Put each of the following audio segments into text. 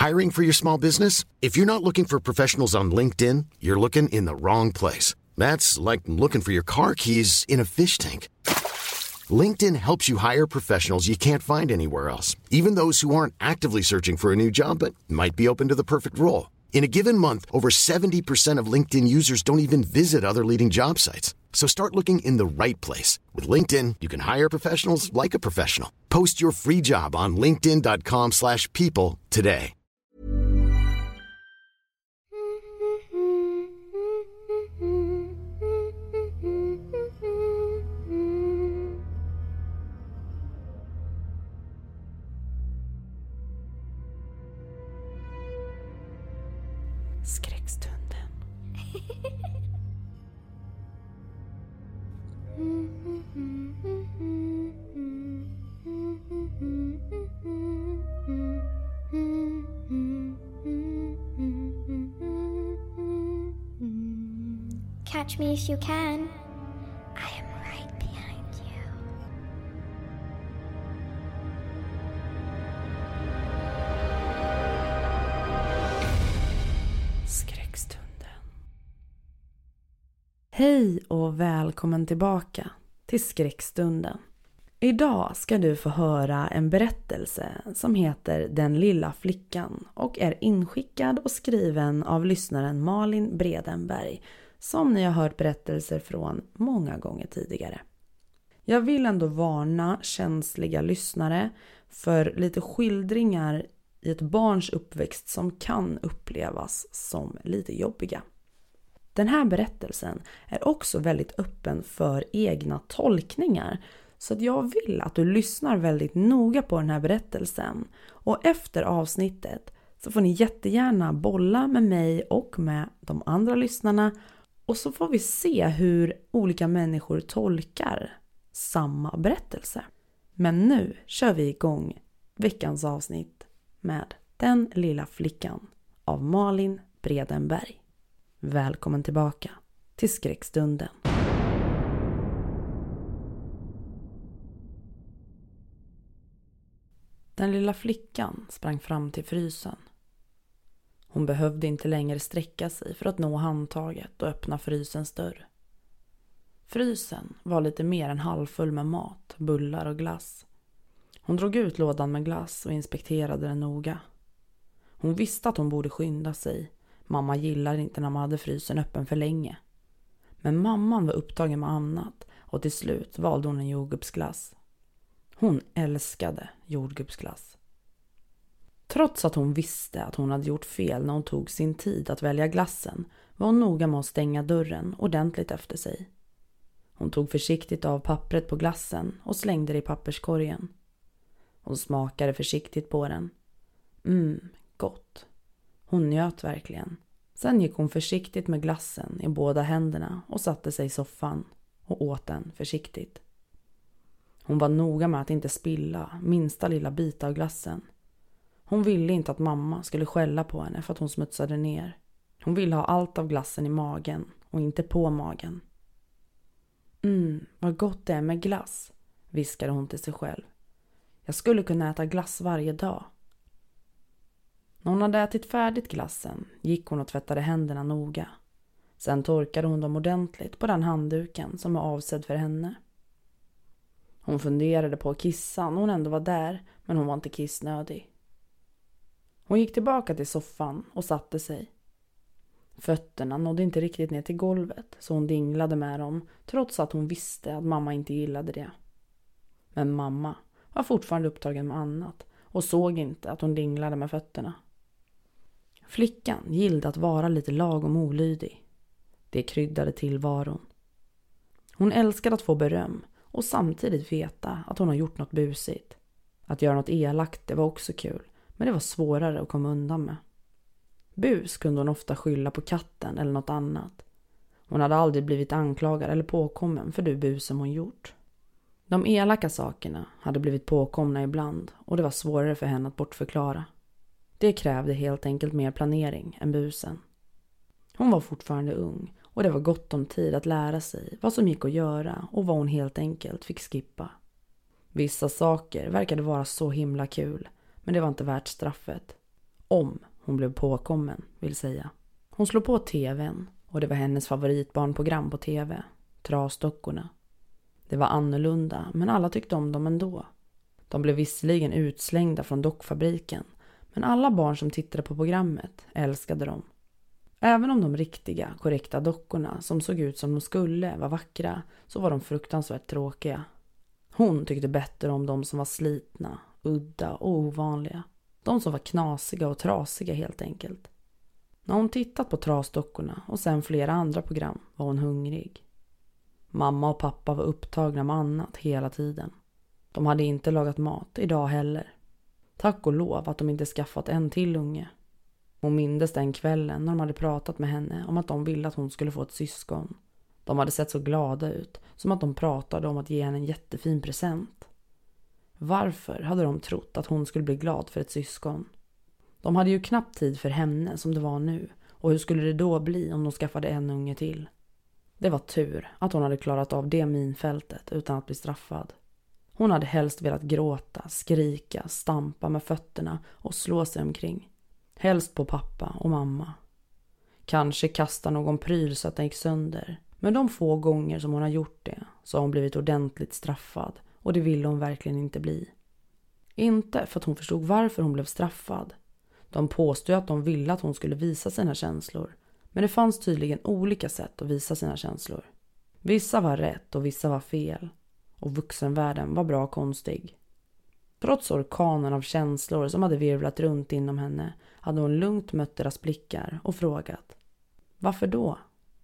Hiring for your small business? If you're not looking for professionals on LinkedIn, you're looking in the wrong place. That's like looking for your car keys in a fish tank. LinkedIn helps you hire professionals you can't find anywhere else, even those who aren't actively searching for a new job but might be open to the perfect role. In a given month, over 70% of LinkedIn users don't even visit other leading job sites. So start looking in the right place. With LinkedIn, you can hire professionals like a professional. Post your free job on linkedin.com/people today. Skräckstunden. Catch me if you can. I am right behind you. Skräckstunden. Hej och välkommen tillbaka till Skräckstunden. Idag ska du få höra en berättelse som heter Den lilla flickan och är inskickad och skriven av lyssnaren Malin Bredenberg, som ni har hört berättelser från många gånger tidigare. Jag vill ändå varna känsliga lyssnare för lite skildringar i ett barns uppväxt som kan upplevas som lite jobbiga. Den här berättelsen är också väldigt öppen för egna tolkningar, så att jag vill att du lyssnar väldigt noga på den här berättelsen. Och efter avsnittet så får ni jättegärna bolla med mig och med de andra lyssnarna. Och så får vi se hur olika människor tolkar samma berättelse. Men nu kör vi igång veckans avsnitt med Den lilla flickan av Malin Bredenberg. Välkommen tillbaka till Skräckstunden. Den lilla flickan sprang fram till frysen. Hon behövde inte längre sträcka sig för att nå handtaget och öppna frysens dörr. Frysen var lite mer än halvfull med mat, bullar och glass. Hon drog ut lådan med glass och inspekterade den noga. Hon visste att hon borde skynda sig. Mamma gillar inte när man hade frysen öppen för länge. Men mamman var upptagen med annat och till slut valde hon en jordgubbsglass. Hon älskade jordgubbsglass. Trots att hon visste att hon hade gjort fel när hon tog sin tid att välja glassen, var hon noga med att stänga dörren ordentligt efter sig. Hon tog försiktigt av pappret på glassen och slängde det i papperskorgen. Hon smakade försiktigt på den. Gott. Hon njöt verkligen. Sen gick hon försiktigt med glassen i båda händerna och satte sig i soffan och åt den försiktigt. Hon var noga med att inte spilla minsta lilla bit av glassen. Hon ville inte att mamma skulle skälla på henne för att hon smutsade ner. Hon ville ha allt av glassen i magen och inte på magen. Vad gott det är med glass, viskade hon till sig själv. Jag skulle kunna äta glass varje dag. När hon hade ätit färdigt glassen gick hon och tvättade händerna noga. Sen torkade hon dem ordentligt på den handduken som var avsedd för henne. Hon funderade på att kissa när hon ändå var där, men hon var inte kissnödig. Hon gick tillbaka till soffan och satte sig. Fötterna nådde inte riktigt ner till golvet, så hon dinglade med dem trots att hon visste att mamma inte gillade det. Men mamma var fortfarande upptagen med annat och såg inte att hon dinglade med fötterna. Flickan gillade att vara lite lagom olydig. Det kryddade tillvaron. Hon älskade att få beröm och samtidigt veta att hon har gjort något busigt. Att göra något elakt, det var också kul, men det var svårare att komma undan med. Bus kunde hon ofta skylla på katten eller något annat. Hon hade aldrig blivit anklagad eller påkommen för det bus som hon gjort. De elaka sakerna hade blivit påkomna ibland och det var svårare för henne att bortförklara. Det krävde helt enkelt mer planering än busen. Hon var fortfarande ung och det var gott om tid att lära sig vad som gick att göra och vad hon helt enkelt fick skippa. Vissa saker verkade vara så himla kul, men det var inte värt straffet. Om hon blev påkommen, vill säga. Hon slog på tvn och det var hennes favoritbarnprogram på tv, Trasdockorna. Det var annorlunda, men alla tyckte om dem ändå. De blev visserligen utslängda från dockfabriken, men alla barn som tittade på programmet älskade dem. Även om de riktiga, korrekta dockorna som såg ut som de skulle var vackra, så var de fruktansvärt tråkiga. Hon tyckte bättre om de som var slitna, udda och ovanliga. De som var knasiga och trasiga helt enkelt. När hon tittat på Trasdockorna och sen flera andra program var hon hungrig. Mamma och pappa var upptagna med annat hela tiden. De hade inte lagat mat idag heller. Tack och lov att de inte skaffat en till unge. Hon mindes den kvällen när de hade pratat med henne om att de ville att hon skulle få ett syskon. De hade sett så glada ut, som att de pratade om att ge henne en jättefin present. Varför hade de trott att hon skulle bli glad för ett syskon? De hade ju knappt tid för henne som det var nu, och hur skulle det då bli om de skaffade en unge till? Det var tur att hon hade klarat av det minfältet utan att bli straffad. Hon hade helst velat gråta, skrika, stampa med fötterna och slå sig omkring. Helst på pappa och mamma. Kanske kasta någon pryl så att den gick sönder. Men de få gånger som hon har gjort det så har hon blivit ordentligt straffad, och det ville hon verkligen inte bli. Inte för att hon förstod varför hon blev straffad. De påstod att de ville att hon skulle visa sina känslor. Men det fanns tydligen olika sätt att visa sina känslor. Vissa var rätt och vissa var fel. Och vuxenvärlden var bra konstig. Trots orkanen av känslor som hade virvlat runt inom henne hade hon lugnt mött deras blickar och frågat: varför då?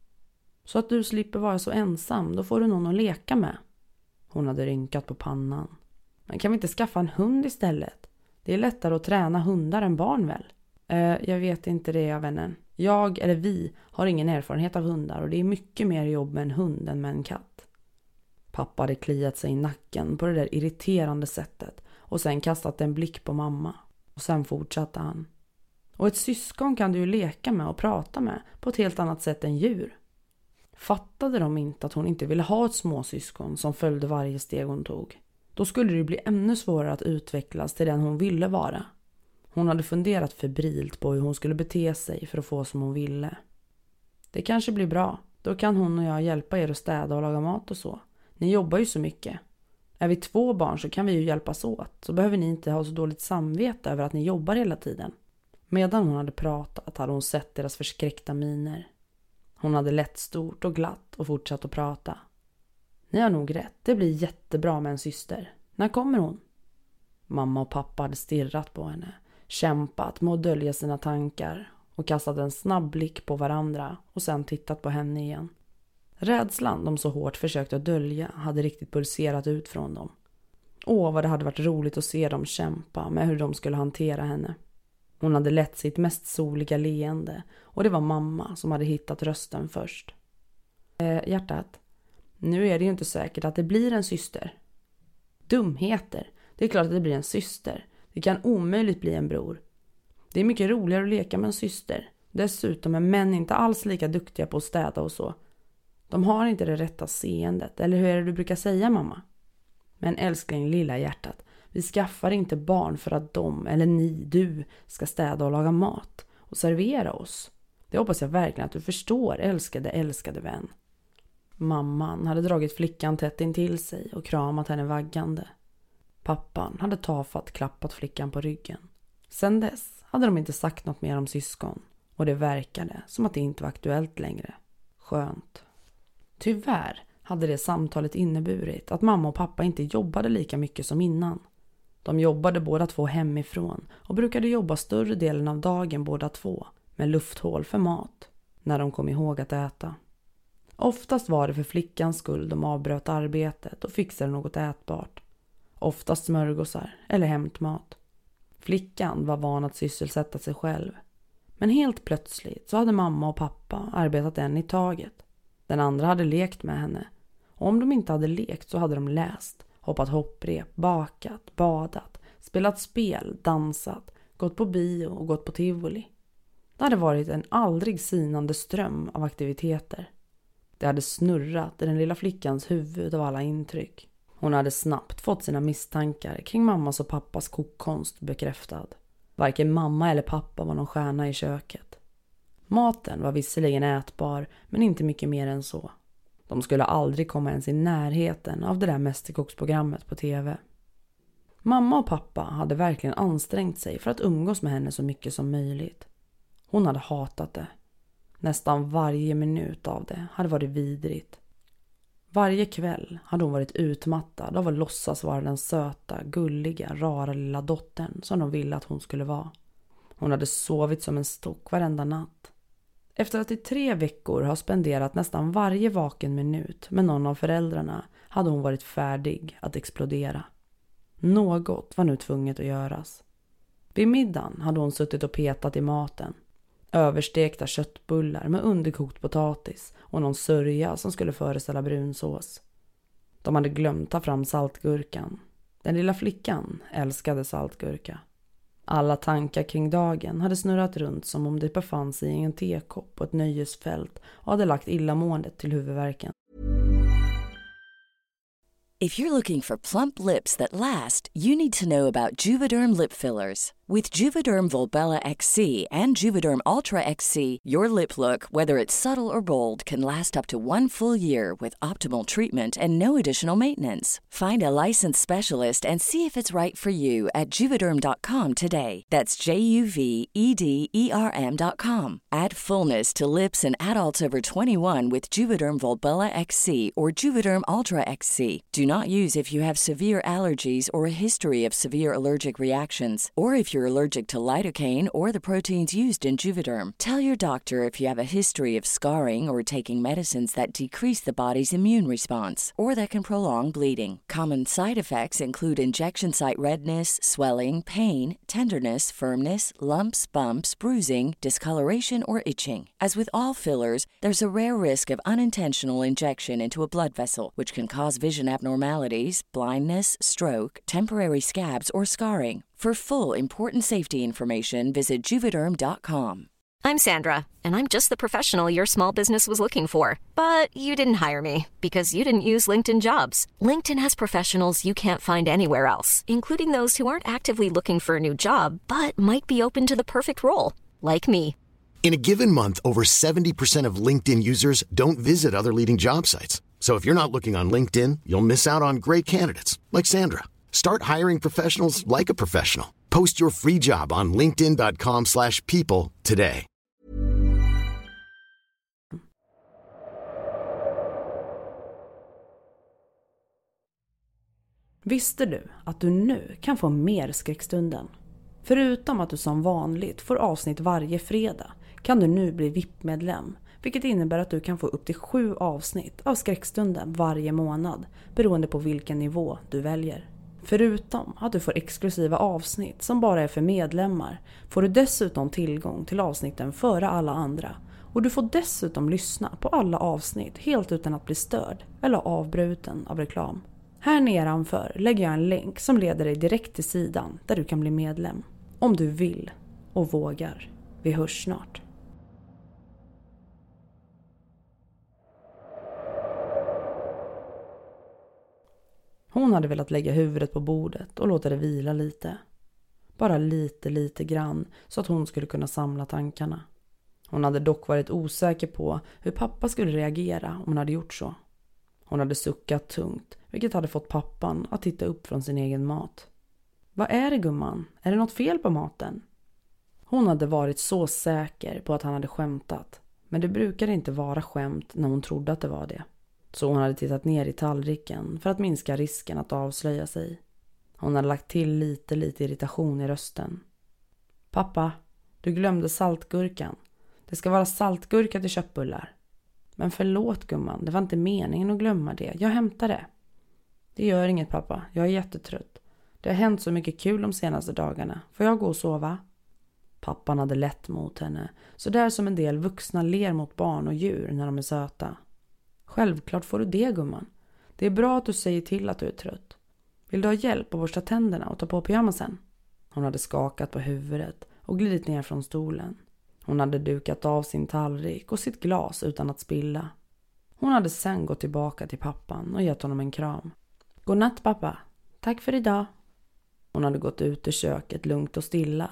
Så att du slipper vara så ensam, då får du någon att leka med. Hon hade rynkat på pannan. Men kan vi inte skaffa en hund istället? Det är lättare att träna hundar än barn väl? Jag vet inte det, vännen. Jag eller vi har ingen erfarenhet av hundar, och det är mycket mer jobb med en hund än med en katt. Pappa hade kliat sig i nacken på det där irriterande sättet och sen kastat en blick på mamma. Och sen fortsatte han: och ett syskon kan du ju leka med och prata med på ett helt annat sätt än djur. Fattade de inte att hon inte ville ha ett småsyskon som följde varje steg hon tog? Då skulle det bli ännu svårare att utvecklas till den hon ville vara. Hon hade funderat febrilt på hur hon skulle bete sig för att få som hon ville. Det kanske blir bra. Då kan hon och jag hjälpa er att städa och laga mat och så. Ni jobbar ju så mycket. Är vi 2 barn så kan vi ju hjälpas åt. Så behöver ni inte ha så dåligt samvete över att ni jobbar hela tiden. Medan hon hade pratat hade hon sett deras förskräckta miner. Hon hade lätt stort och glatt och fortsatt att prata. Ni har nog rätt. Det blir jättebra med en syster. När kommer hon? Mamma och pappa hade stirrat på henne. Kämpat med att dölja sina tankar. Och kastat en snabb blick på varandra. Och sen tittat på henne igen. Rädslan de så hårt försökte att dölja hade riktigt pulserat ut från dem. Åh, vad det hade varit roligt att se dem kämpa med hur de skulle hantera henne. Hon hade lätt sitt mest soliga leende, och det var mamma som hade hittat rösten först. Hjärtat, nu är det ju inte säkert att det blir en syster. Dumheter, det är klart att det blir en syster. Det kan omöjligt bli en bror. Det är mycket roligare att leka med en syster. Dessutom är män inte alls lika duktiga på att städa och så. De har inte det rätta seendet, eller hur är det du brukar säga, mamma? Men älskling, lilla hjärtat, vi skaffar inte barn för att de, eller du, ska städa och laga mat och servera oss. Det hoppas jag verkligen att du förstår, älskade vän. Mamman hade dragit flickan tätt in till sig och kramat henne vaggande. Pappan hade tafatt klappat flickan på ryggen. Sen dess hade de inte sagt något mer om syskon, och det verkade som att det inte var aktuellt längre. Skönt. Tyvärr hade det samtalet inneburit att mamma och pappa inte jobbade lika mycket som innan. De jobbade båda 2 hemifrån och brukade jobba större delen av dagen båda 2 med lufthål för mat när de kom ihåg att äta. Oftast var det för flickans skull de avbröt arbetet och fixade något ätbart. Oftast smörgåsar eller hämtmat. Flickan var van att sysselsätta sig själv. Men helt plötsligt så hade mamma och pappa arbetat en i taget. Den andra hade lekt med henne. Och om de inte hade lekt så hade de läst, hoppat hopprep, bakat, badat, spelat spel, dansat, gått på bio och gått på tivoli. Det hade varit en aldrig sinande ström av aktiviteter. Det hade snurrat i den lilla flickans huvud av alla intryck. Hon hade snabbt fått sina misstankar kring mammas och pappas kokkonst bekräftad. Varken mamma eller pappa var någon stjärna i köket. Maten var visserligen ätbar, men inte mycket mer än så. De skulle aldrig komma ens i närheten av det där mästerkoksprogrammet på tv. Mamma och pappa hade verkligen ansträngt sig för att umgås med henne så mycket som möjligt. Hon hade hatat det. Nästan varje minut av det hade varit vidrigt. Varje kväll hade hon varit utmattad av att låtsas vara den söta, gulliga, rara lilla dottern som de ville att hon skulle vara. Hon hade sovit som en stock varenda natt. Efter att i 3 veckor ha spenderat nästan varje vaken minut med någon av föräldrarna hade hon varit färdig att explodera. Något var nu tvunget att göras. Vid middagen hade hon suttit och petat i maten. Överstekta köttbullar med underkokt potatis och någon sörja som skulle föreställa brunsås. De hade glömt ta fram saltgurkan. Den lilla flickan älskade saltgurka. Alla tankar kring dagen hade snurrat runt som om det befann sig i en tekopp på ett nöjesfält och hade lagt illamåendet till huvudvärken. If you're looking for plump lips that last, you need to know about Juvederm lip fillers. With Juvederm Volbella XC and Juvederm Ultra XC, your lip look, whether it's subtle or bold, can last up to 1 full year with optimal treatment and no additional maintenance. Find a licensed specialist and see if it's right for you at Juvederm.com today. That's JUVEDERM.com. Add fullness to lips in adults over 21 with Juvederm Volbella XC or Juvederm Ultra XC. Do not use if you have severe allergies or a history of severe allergic reactions, or if you're allergic to lidocaine or the proteins used in Juvederm. Tell your doctor if you have a history of scarring or taking medicines that decrease the body's immune response or that can prolong bleeding. Common side effects include injection site redness, swelling, pain, tenderness, firmness, lumps, bumps, bruising, discoloration, or itching. As with all fillers, there's a rare risk of unintentional injection into a blood vessel, which can cause vision abnormalities, blindness, stroke, temporary scabs, or scarring. For full, important safety information, visit Juvederm.com. I'm Sandra, and I'm just the professional your small business was looking for. But you didn't hire me because you didn't use LinkedIn Jobs. LinkedIn has professionals you can't find anywhere else, including those who aren't actively looking for a new job, but might be open to the perfect role, like me. In a given month, over 70% of LinkedIn users don't visit other leading job sites. So if you're not looking on LinkedIn, you'll miss out on great candidates like Sandra. Start hiring professionals like a professional. Post your free job on linkedin.com/people today. Visste du att du nu kan få mer skräckstunden? Förutom att du som vanligt får avsnitt varje fredag kan du nu bli VIP-medlem, vilket innebär att du kan få upp till 7 avsnitt av skräckstunden varje månad beroende på vilken nivå du väljer. Förutom att du får exklusiva avsnitt som bara är för medlemmar får du dessutom tillgång till avsnitten före alla andra, och du får dessutom lyssna på alla avsnitt helt utan att bli störd eller avbruten av reklam. Här nedanför lägger jag en länk som leder dig direkt till sidan där du kan bli medlem. Om du vill och vågar. Vi hörs snart. Hon hade velat lägga huvudet på bordet och låta det vila lite. Bara lite grann så att hon skulle kunna samla tankarna. Hon hade dock varit osäker på hur pappa skulle reagera om hon hade gjort så. Hon hade suckat tungt, vilket hade fått pappan att titta upp från sin egen mat. Vad är det, gumman? Är det något fel på maten? Hon hade varit så säker på att han hade skämtat, men det brukade inte vara skämt när hon trodde att det var det. Så hon hade tittat ner i tallriken för att minska risken att avslöja sig. Hon hade lagt till lite irritation i rösten. Pappa, du glömde saltgurkan. Det ska vara saltgurka till köttbullar. Men förlåt, gumman, det var inte meningen att glömma det. Jag hämtar det. Det gör inget, pappa. Jag är jättetrött. Det har hänt så mycket kul de senaste dagarna. Får jag gå och sova? Pappan hade lätt mot henne, så där som en del vuxna ler mot barn och djur när de är söta. Självklart får du det, gumman. Det är bra att du säger till att du är trött. Vill du ha hjälp att borsta tänderna och ta på pyjamasen? Hon hade skakat på huvudet och glidit ner från stolen. Hon hade dukat av sin tallrik och sitt glas utan att spilla. Hon hade sen gått tillbaka till pappan och gett honom en kram. Godnatt, pappa. Tack för idag. Hon hade gått ut i köket lugnt och stilla.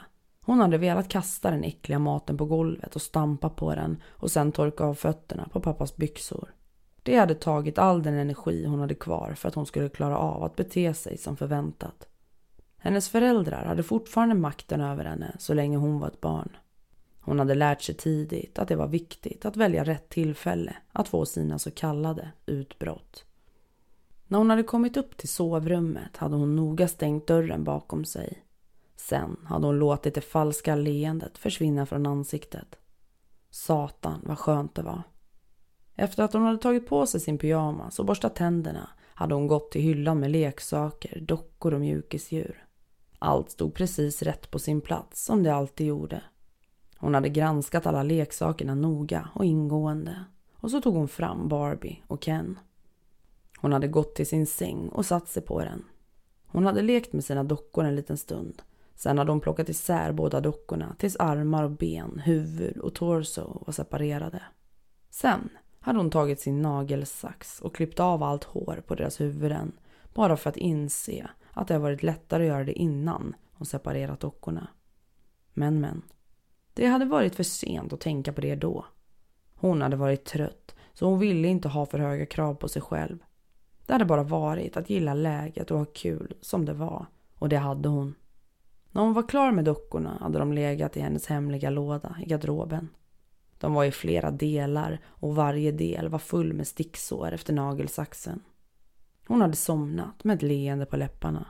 Hon hade velat kasta den äckliga maten på golvet och stampa på den och sen torka av fötterna på pappas byxor. Det hade tagit all den energi hon hade kvar för att hon skulle klara av att bete sig som förväntat. Hennes föräldrar hade fortfarande makten över henne så länge hon var ett barn. Hon hade lärt sig tidigt att det var viktigt att välja rätt tillfälle att få sina så kallade utbrott. När hon hade kommit upp till sovrummet hade hon noga stängt dörren bakom sig. Sen hade hon låtit det falska leendet försvinna från ansiktet. Satan, vad skönt det var. Efter att hon hade tagit på sig sin pyjamas och borstat tänderna hade hon gått till hyllan med leksaker, dockor och mjukisdjur. Allt stod precis rätt på sin plats som det alltid gjorde. Hon hade granskat alla leksakerna noga och ingående och så tog hon fram Barbie och Ken. Hon hade gått till sin säng och satt sig på den. Hon hade lekt med sina dockor en liten stund. Sen hade hon plockat isär båda dockorna tills armar och ben, huvud och torso var separerade. Sen hade hon tagit sin nagelsax och klippt av allt hår på deras huvuden bara för att inse att det varit lättare att göra det innan hon separerat dockorna. Men, det hade varit för sent att tänka på det då. Hon hade varit trött så hon ville inte ha för höga krav på sig själv. Det hade bara varit att gilla läget och ha kul som det var och det hade hon. När hon var klar med dockorna hade de legat i hennes hemliga låda i garderoben. De var i flera delar och varje del var full med sticksår efter nagelsaxen. Hon hade somnat med ett leende på läpparna.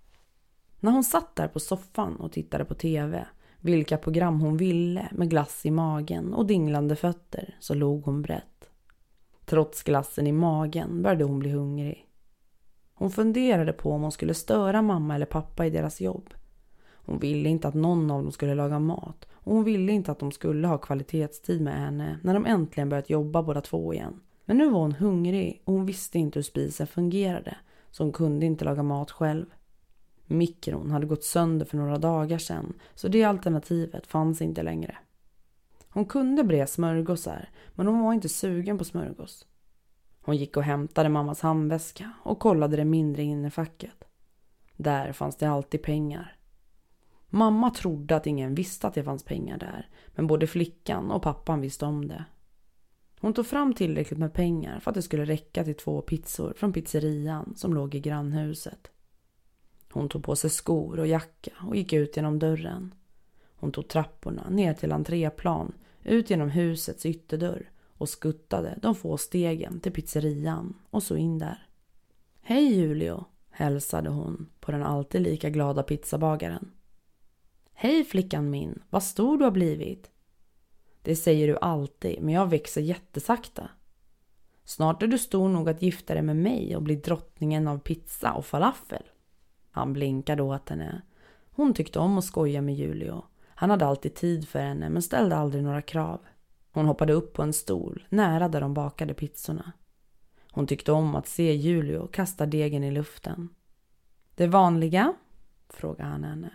När hon satt där på soffan och tittade på tv, vilka program hon ville med glass i magen och dinglande fötter, så låg hon brett. Trots glassen i magen började hon bli hungrig. Hon funderade på om hon skulle störa mamma eller pappa i deras jobb. Hon ville inte att någon av dem skulle laga mat och hon ville inte att de skulle ha kvalitetstid med henne när de äntligen börjat jobba båda två igen. Men nu var hon hungrig och hon visste inte hur spisen fungerade så hon kunde inte laga mat själv. Mikron hade gått sönder för några dagar sedan så det alternativet fanns inte längre. Hon kunde bre smörgåsar men hon var inte sugen på smörgås. Hon gick och hämtade mammas handväska och kollade det mindre innefacket. Där fanns det alltid pengar. Mamma trodde att ingen visste att det fanns pengar där, men både flickan och pappan visste om det. Hon tog fram tillräckligt med pengar för att det skulle räcka till 2 pizzor från pizzerian som låg i grannhuset. Hon tog på sig skor och jacka och gick ut genom dörren. Hon tog trapporna ner till entréplan, ut genom husets ytterdörr och skuttade de få stegen till pizzerian och så in där. Hej Julio, hälsade hon på den alltid lika glada pizzabagaren. Hej flickan min, vad stor du har blivit. Det säger du alltid, men jag växer jättesakta. Snart är du stor nog att gifta dig med mig och bli drottningen av pizza och falafel. Han blinkade åt henne. Hon tyckte om att skoja med Julio. Han hade alltid tid för henne men ställde aldrig några krav. Hon hoppade upp på en stol nära där de bakade pizzorna. Hon tyckte om att se Julio kasta degen i luften. Det vanliga? Frågade han henne.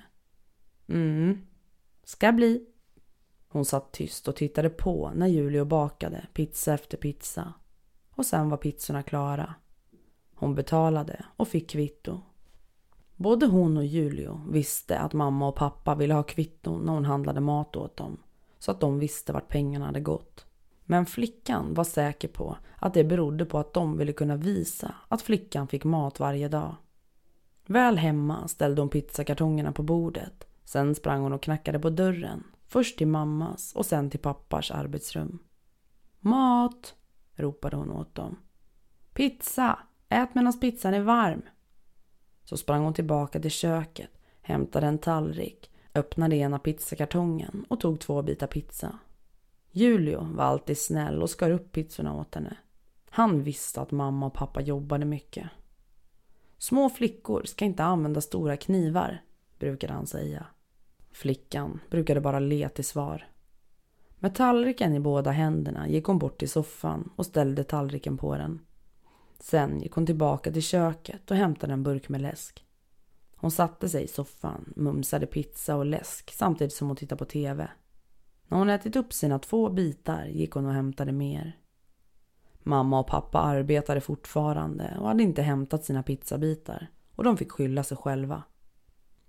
Ska bli. Hon satt tyst och tittade på när Julio bakade pizza efter pizza. Och sen var pizzorna klara. Hon betalade och fick kvitto. Både hon och Julio visste att mamma och pappa ville ha kvitton när hon handlade mat åt dem. Så att de visste vart pengarna hade gått. Men flickan var säker på att det berodde på att de ville kunna visa att flickan fick mat varje dag. Väl hemma ställde hon pizzakartongerna på bordet. Sen sprang hon och knackade på dörren. Först till mammas och sen till pappas arbetsrum. Mat, ropade hon åt dem. Pizza, ät medan pizzan är varm. Så sprang hon tillbaka till köket, hämtade en tallrik, öppnade ena pizzakartongen och tog 2 bitar pizza. Julio var alltid snäll och skar upp pizzorna åt henne. Han visste att mamma och pappa jobbade mycket. Små flickor ska inte använda stora knivar, brukade han säga. Flickan brukade bara le till svar. Med tallriken i båda händerna gick hon bort till soffan och ställde tallriken på den. Sen gick hon tillbaka till köket och hämtade en burk med läsk. Hon satte sig i soffan, mumsade pizza och läsk samtidigt som hon tittade på tv. När hon ätit upp sina 2 bitar gick hon och hämtade mer. Mamma och pappa arbetade fortfarande och hade inte hämtat sina pizzabitar och de fick skylla sig själva.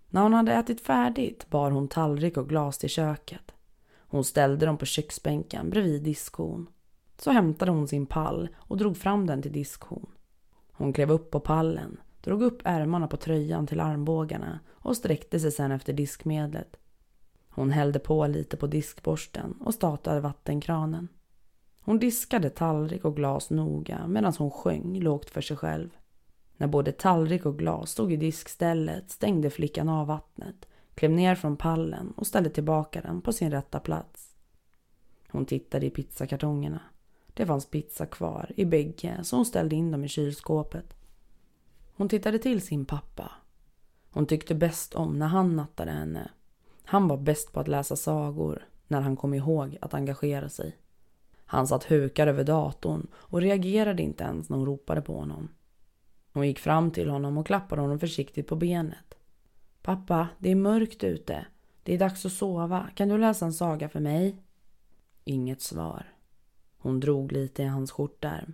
När hon hade ätit färdigt bar hon tallrik och glas till köket. Hon ställde dem på köksbänken bredvid diskhon. Så hämtade hon sin pall och drog fram den till diskhon. Hon klev upp på pallen, drog upp ärmarna på tröjan till armbågarna och sträckte sig sedan efter diskmedlet. Hon hällde på lite på diskborsten och startade vattenkranen. Hon diskade tallrik och glas noga medan hon sjöng lågt för sig själv. När både tallrik och glas stod i diskstället stängde flickan av vattnet, klev ner från pallen och ställde tillbaka den på sin rätta plats. Hon tittade i pizzakartongerna. Det fanns pizza kvar i bägge så hon ställde in dem i kylskåpet. Hon tittade till sin pappa. Hon tyckte bäst om när han nattade henne. Han var bäst på att läsa sagor när han kom ihåg att engagera sig. Han satt hukad över datorn och reagerade inte ens när hon ropade på honom. Hon gick fram till honom och klappade honom försiktigt på benet. Pappa, det är mörkt ute. Det är dags att sova. Kan du läsa en saga för mig? Inget svar. Hon drog lite i hans skjortärm.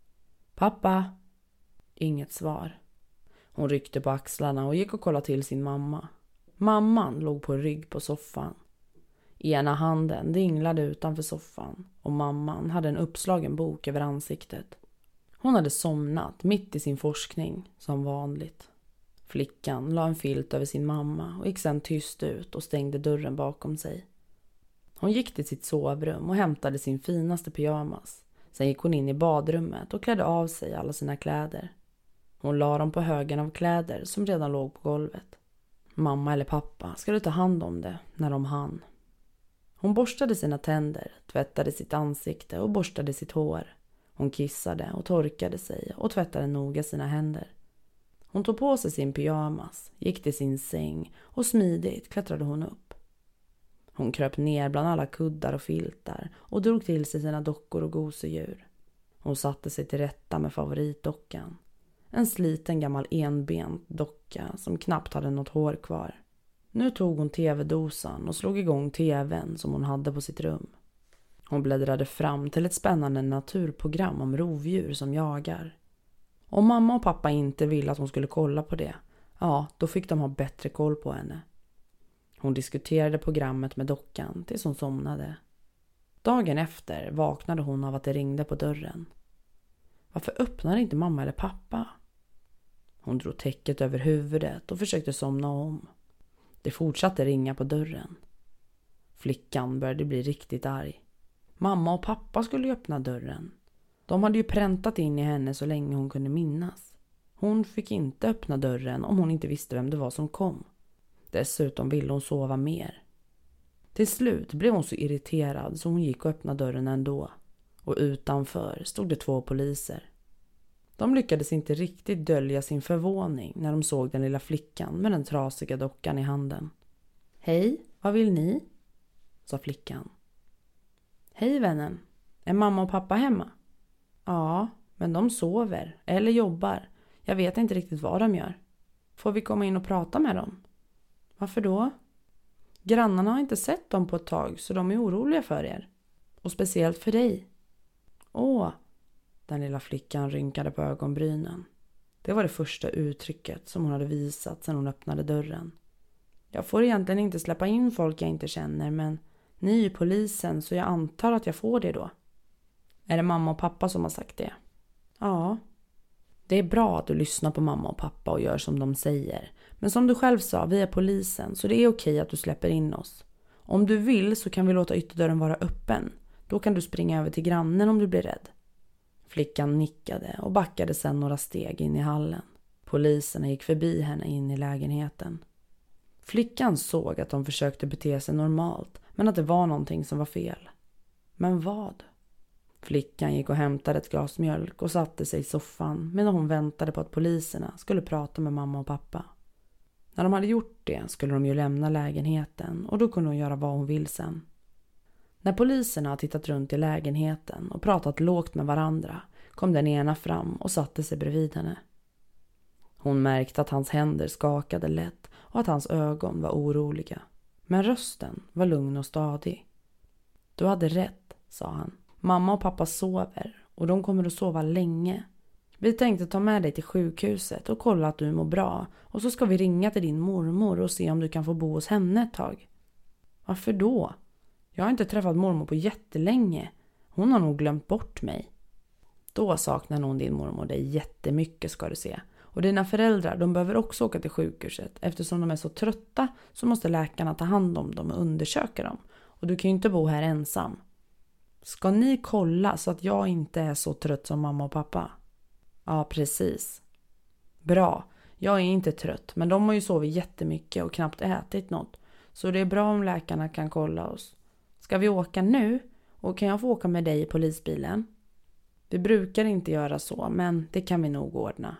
Pappa? Inget svar. Hon ryckte på axlarna och gick och kollade till sin mamma. Mamman låg på rygg på soffan. Ena handen dinglade utanför soffan och mamman hade en uppslagen bok över ansiktet. Hon hade somnat mitt i sin forskning som vanligt. Flickan la en filt över sin mamma och gick sedan tyst ut och stängde dörren bakom sig. Hon gick till sitt sovrum och hämtade sin finaste pyjamas. Sen gick hon in i badrummet och klädde av sig alla sina kläder. Hon la dem på högen av kläder som redan låg på golvet. Mamma eller pappa skulle ta hand om det när de hann. Hon borstade sina tänder, tvättade sitt ansikte och borstade sitt hår. Hon kissade och torkade sig och tvättade noga sina händer. Hon tog på sig sin pyjamas, gick till sin säng och smidigt klättrade hon upp. Hon kröp ner bland alla kuddar och filtar och drog till sig sina dockor och gosedjur. Hon satte sig till rätta med favoritdockan. En sliten gammal enbent docka som knappt hade något hår kvar. Nu tog hon tv-dosan och slog igång tvn som hon hade på sitt rum. Hon bläddrade fram till ett spännande naturprogram om rovdjur som jagar. Om mamma och pappa inte ville att hon skulle kolla på det, ja, då fick de ha bättre koll på henne. Hon diskuterade programmet med dockan tills hon somnade. Dagen efter vaknade hon av att det ringde på dörren. Varför öppnade inte mamma eller pappa? Hon drog täcket över huvudet och försökte somna om. Det fortsatte ringa på dörren. Flickan började bli riktigt arg. Mamma och pappa skulle ju öppna dörren. De hade ju präntat in i henne så länge hon kunde minnas. Hon fick inte öppna dörren om hon inte visste vem det var som kom. Dessutom ville hon sova mer. Till slut blev hon så irriterad så hon gick och öppnade dörren ändå. Och utanför stod det 2 poliser. De lyckades inte riktigt dölja sin förvåning när de såg den lilla flickan med den trasiga dockan i handen. Hej, vad vill ni? Sa flickan. Hej vännen, är mamma och pappa hemma? Ja, men de sover eller jobbar. Jag vet inte riktigt vad de gör. Får vi komma in och prata med dem? Varför då? Grannarna har inte sett dem på ett tag så de är oroliga för er. Och speciellt för dig. Åh, den lilla flickan rynkade på ögonbrynen. Det var det första uttrycket som hon hade visat sedan hon öppnade dörren. Jag får egentligen inte släppa in folk jag inte känner, men ni är ju polisen så jag antar att jag får det då. Är det mamma och pappa som har sagt det? Ja. Det är bra att du lyssnar på mamma och pappa och gör som de säger. Men som du själv sa, vi är polisen så det är okej att du släpper in oss. Om du vill så kan vi låta ytterdörren vara öppen. Då kan du springa över till grannen om du blir rädd. Flickan nickade och backade sedan några steg in i hallen. Poliserna gick förbi henne in i lägenheten. Flickan såg att de försökte bete sig normalt, men att det var någonting som var fel. Men vad? Flickan gick och hämtade ett glas mjölk och satte sig i soffan medan hon väntade på att poliserna skulle prata med mamma och pappa. När de hade gjort det skulle de ju lämna lägenheten och då kunde hon göra vad hon vill sen. När poliserna tittat runt i lägenheten och pratat lågt med varandra kom den ena fram och satte sig bredvid henne. Hon märkte att hans händer skakade lätt och att hans ögon var oroliga. Men rösten var lugn och stadig. Du hade rätt, sa han. Mamma och pappa sover och de kommer att sova länge. Vi tänkte ta med dig till sjukhuset och kolla att du mår bra. Och så ska vi ringa till din mormor och se om du kan få bo hos henne ett tag. Varför då? Jag har inte träffat mormor på jättelänge. Hon har nog glömt bort mig. Då saknar nog din mormor dig jättemycket, ska du se. Och dina föräldrar, de behöver också åka till sjukhuset. Eftersom de är så trötta så måste läkarna ta hand om dem och undersöka dem. Och du kan ju inte bo här ensam. Ska ni kolla så att jag inte är så trött som mamma och pappa? Ja, precis. Bra. Jag är inte trött, men de har ju sovit jättemycket och knappt ätit något. Så det är bra om läkarna kan kolla oss. Ska vi åka nu? Och kan jag få åka med dig i polisbilen? Vi brukar inte göra så, men det kan vi nog ordna.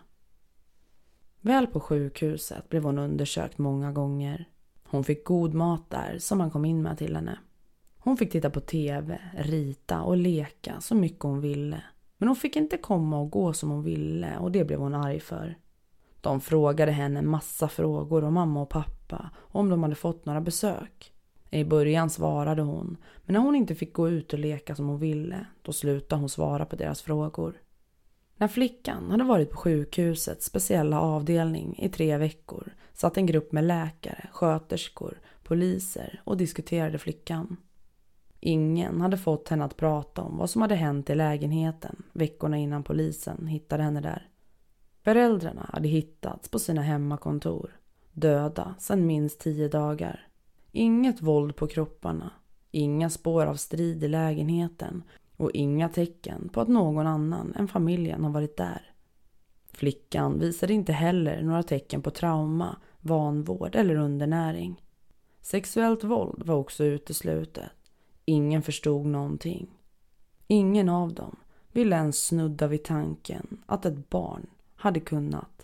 Väl på sjukhuset blev hon undersökt många gånger. Hon fick god mat där som man kom in med till henne. Hon fick titta på tv, rita och leka så mycket hon ville. Men hon fick inte komma och gå som hon ville och det blev hon arg för. De frågade henne massa frågor om mamma och pappa och om de hade fått några besök. I början svarade hon, men när hon inte fick gå ut och leka som hon ville, då slutade hon svara på deras frågor. När flickan hade varit på sjukhusets speciella avdelning i 3 veckor satt en grupp med läkare, sköterskor, poliser och diskuterade flickan. Ingen hade fått henne att prata om vad som hade hänt i lägenheten veckorna innan polisen hittade henne där. Föräldrarna hade hittats på sina hemmakontor, döda sedan minst 10 dagar. Inget våld på kropparna, inga spår av strid i lägenheten och inga tecken på att någon annan än familjen har varit där. Flickan visade inte heller några tecken på trauma, vanvård eller undernäring. Sexuellt våld var också uteslutet. Ingen förstod någonting. Ingen av dem ville ens snudda vid tanken att ett barn hade kunnat.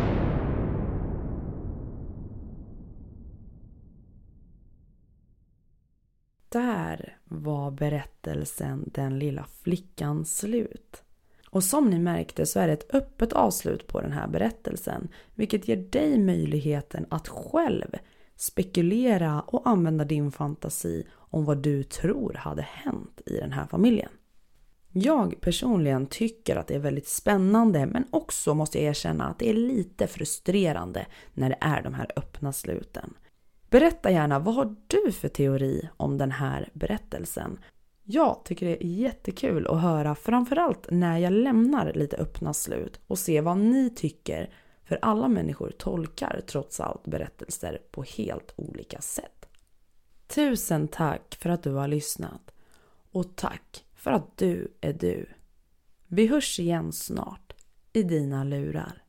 Där var berättelsen Den lilla flickan slut. Och som ni märkte så är det ett öppet avslut på den här berättelsen, vilket ger dig möjligheten att själv spekulera och använda din fantasi om vad du tror hade hänt i den här familjen. Jag personligen tycker att det är väldigt spännande, men också måste jag erkänna att det är lite frustrerande när det är de här öppna sluten. Berätta gärna, vad har du för teori om den här berättelsen? Jag tycker det är jättekul att höra, framförallt när jag lämnar lite öppna slut och se vad ni tycker, för alla människor tolkar trots allt berättelser på helt olika sätt. Tusen tack för att du har lyssnat och tack för att du är du. Vi hörs igen snart i dina lurar.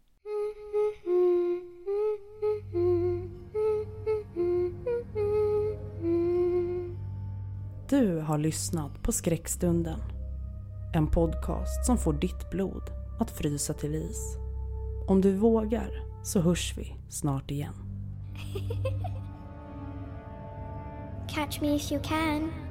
Du har lyssnat på Skräckstunden. En podcast som får ditt blod att frysa till is. Om du vågar så hörs vi snart igen. Catch me if you can.